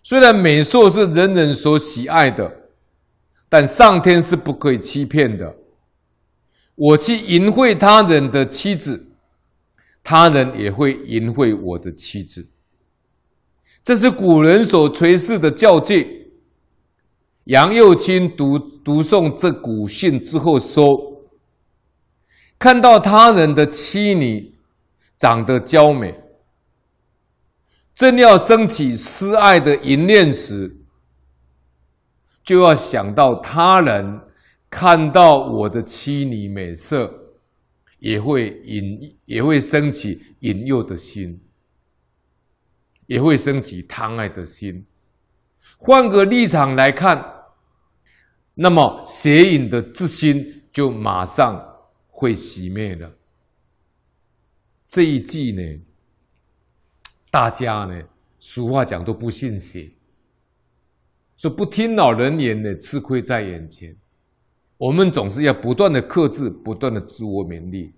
虽然美兽是人人所喜爱的，但上天是不可以欺骗的。我去淫秽他人的妻子，他人也会淫秽我的妻子。这是古人所垂示的教诫。杨右清读诵这古训之后说，看到他人的妻女长得娇美，正要升起私爱的淫念时，就要想到他人看到我的妻女美色，也会升起引诱的心，也会升起贪爱的心。换个立场来看，那么邪淫的之心就马上会熄灭了。这一句呢，大家呢，俗话讲都不信邪，说不听老人言呢，吃亏在眼前。我们总是要不断的克制，不断的自我勉励。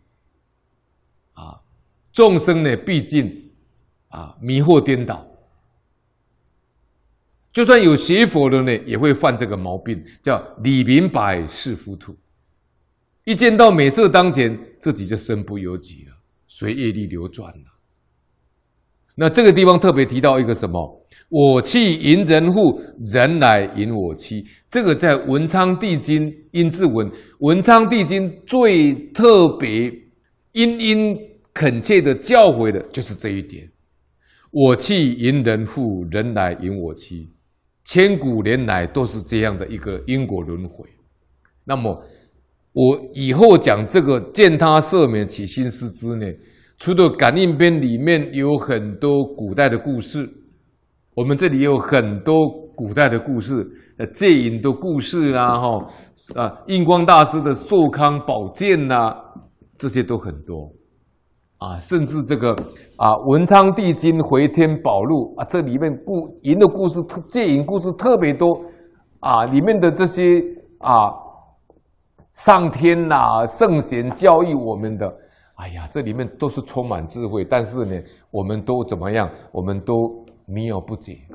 众生呢，毕竟迷惑颠倒。就算有学佛的呢，也会犯这个毛病，叫理明白是糊涂。一见到美色当前，自己就身不由己了，随业力流转了。那这个地方特别提到一个什么？我去淫人妇，人来淫我妻。这个在文昌帝君阴骘文，文昌帝君最特别殷恳切的教诲的就是这一点。我去淫人妇，人来淫我妻。千古年来都是这样的一个因果轮回。那么我以后讲这个见他赦免起心思之呢，除了感应篇里面有很多古代的故事，我们这里有很多古代的故事，戒淫的故事啊，印光大师的寿康宝剑啊，这些都很多甚至这个文昌帝君回天宝录这里面淫的故事、戒淫故事特别多里面的这些上天圣贤教育我们的，哎呀，这里面都是充满智慧，但是呢，我们都怎么样？我们都迷而不解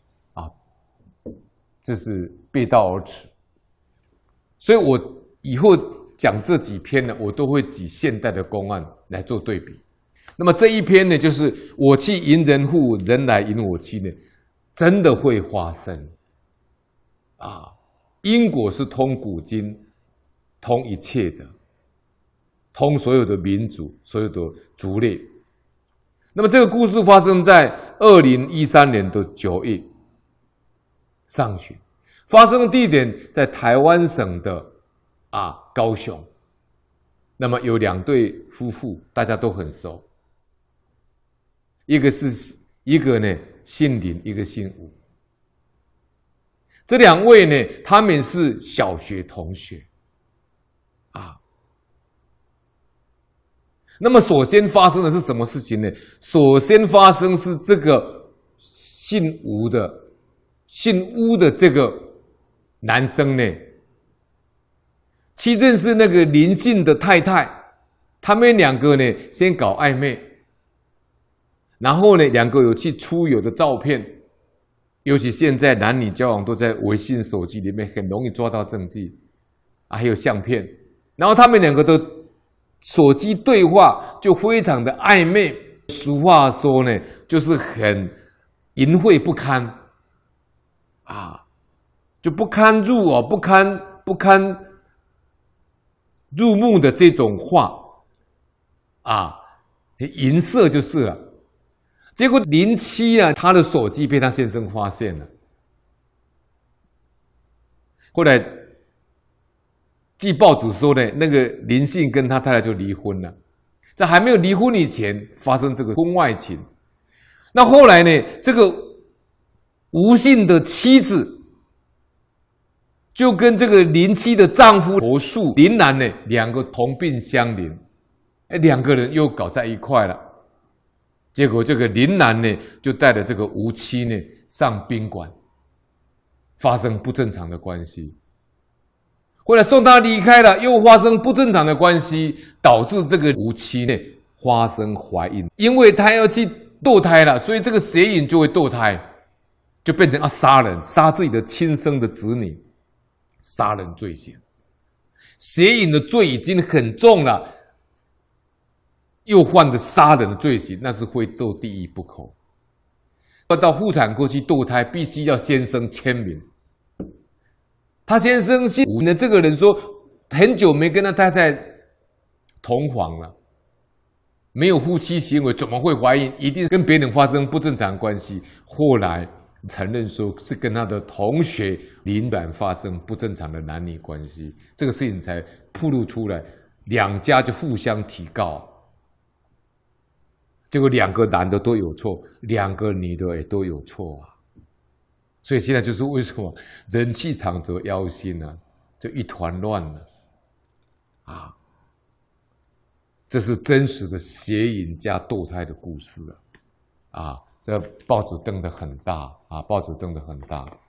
这是背道而驰。所以我以后讲这几篇呢，我都会举现代的公案来做对比。那么这一篇呢，就是我去淫人妇，人来淫我妻呢，真的会发生因果是通古今，通一切的，通所有的民族，所有的族类。那么这个故事发生在2013年的9月上旬，发生的地点在台湾省的高雄。那么有2对夫妇，大家都很熟，一个呢姓林，一个姓吴。这2位呢，他们是小学同学那么首先发生的是什么事情呢？首先发生是这个姓吴的这个男生呢，去认识那个林姓的太太，他们2个呢先搞暧昧，然后呢2个有去出游的照片，尤其现在男女交往都在微信手机里面，很容易抓到证据还有相片，然后他们2个的手机对话就非常的暧昧，俗话说呢，就是很淫秽不堪就不堪入耳、不堪入目的这种话淫色就是了。结果林妻他的手机被他先生发现了，后来据报纸说呢，那个林姓跟他太太就离婚了，在还没有离婚以前发生这个婚外情。那后来呢，这个吴姓的妻子就跟这个林妻的丈夫罗树林男呢，2个同病相怜，2个人又搞在一块了。结果这个林男呢，就带着这个吴妻呢上宾馆，发生不正常的关系。后来送他离开了，又发生不正常的关系，导致这个吴妻呢发生怀孕，因为他要去堕胎了，所以这个邪淫就会堕胎就变成要杀人，杀自己的亲生的子女，杀人罪行。邪淫的罪已经很重了，又犯的杀人的罪行，那是会堕地狱不可。要到妇产科去堕胎，必须要先生签名。他先生姓吴的这个人说，很久没跟他太太同房了，没有夫妻行为，怎么会怀孕？一定跟别人发生不正常关系。后来承认说是跟他的同学林婉发生不正常的男女关系，这个事情才暴露出来，两家就互相提告。结果两个男的都有错，两个女的也都有错啊。所以现在就是为什么人气长则妖心啊，就一团乱了啊。这是真实的邪淫加堕胎的故事啊！这报纸登得很大啊，报纸登得很大。